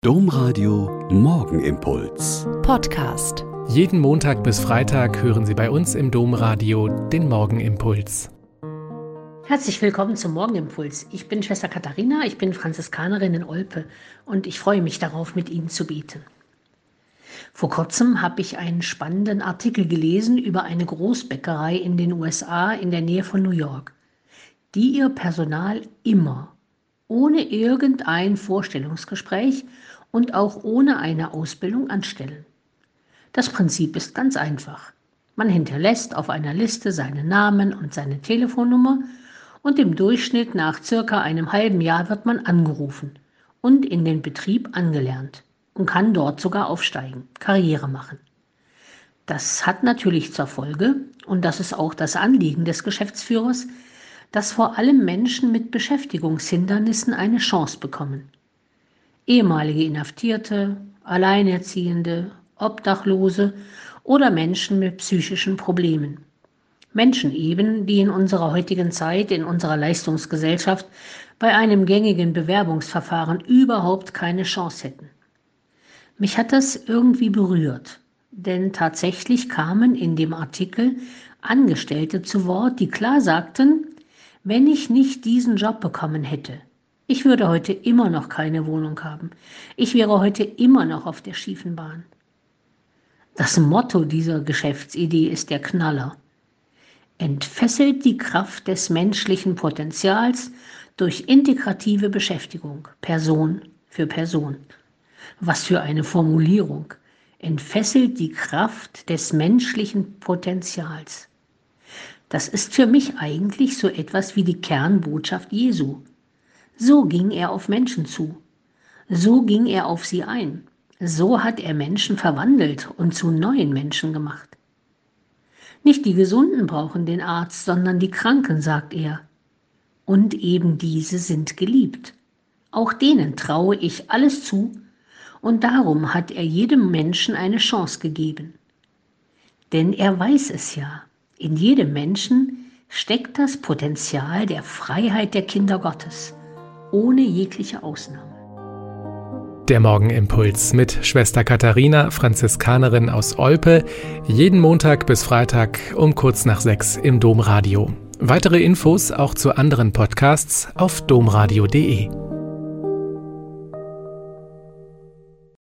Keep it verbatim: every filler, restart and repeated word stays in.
Domradio Morgenimpuls Podcast. Jeden Montag bis Freitag hören Sie bei uns im Domradio den Morgenimpuls. Herzlich willkommen zum Morgenimpuls. Ich bin Schwester Katharina, ich bin Franziskanerin in Olpe und ich freue mich darauf, mit Ihnen zu beten. Vor kurzem habe ich einen spannenden Artikel gelesen über eine Großbäckerei in den U S A in der Nähe von New York, die ihr Personal immer, ohne irgendein Vorstellungsgespräch und auch ohne eine Ausbildung anstellen. Das Prinzip ist ganz einfach. Man hinterlässt auf einer Liste seinen Namen und seine Telefonnummer und im Durchschnitt nach circa einem halben Jahr wird man angerufen und in den Betrieb angelernt und kann dort sogar aufsteigen, Karriere machen. Das hat natürlich zur Folge, und das ist auch das Anliegen des Geschäftsführers, dass vor allem Menschen mit Beschäftigungshindernissen eine Chance bekommen. Ehemalige Inhaftierte, Alleinerziehende, Obdachlose oder Menschen mit psychischen Problemen. Menschen eben, die in unserer heutigen Zeit, in unserer Leistungsgesellschaft, bei einem gängigen Bewerbungsverfahren überhaupt keine Chance hätten. Mich hat das irgendwie berührt, denn tatsächlich kamen in dem Artikel Angestellte zu Wort, die klar sagten, wenn ich nicht diesen Job bekommen hätte, ich würde heute immer noch keine Wohnung haben. Ich wäre heute immer noch auf der schiefen Bahn. Das Motto dieser Geschäftsidee ist der Knaller. Entfesselt die Kraft des menschlichen Potenzials durch integrative Beschäftigung, Person für Person. Was für eine Formulierung. Entfesselt die Kraft des menschlichen Potenzials. Das ist für mich eigentlich so etwas wie die Kernbotschaft Jesu. So ging er auf Menschen zu. So ging er auf sie ein. So hat er Menschen verwandelt und zu neuen Menschen gemacht. Nicht die Gesunden brauchen den Arzt, sondern die Kranken, sagt er. Und eben diese sind geliebt. Auch denen traue ich alles zu und darum hat er jedem Menschen eine Chance gegeben. Denn er weiß es ja. In jedem Menschen steckt das Potenzial der Freiheit der Kinder Gottes, ohne jegliche Ausnahme. Der Morgenimpuls mit Schwester Katharina, Franziskanerin aus Olpe, jeden Montag bis Freitag um kurz nach sechs im Domradio. Weitere Infos auch zu anderen Podcasts auf domradio punkt de.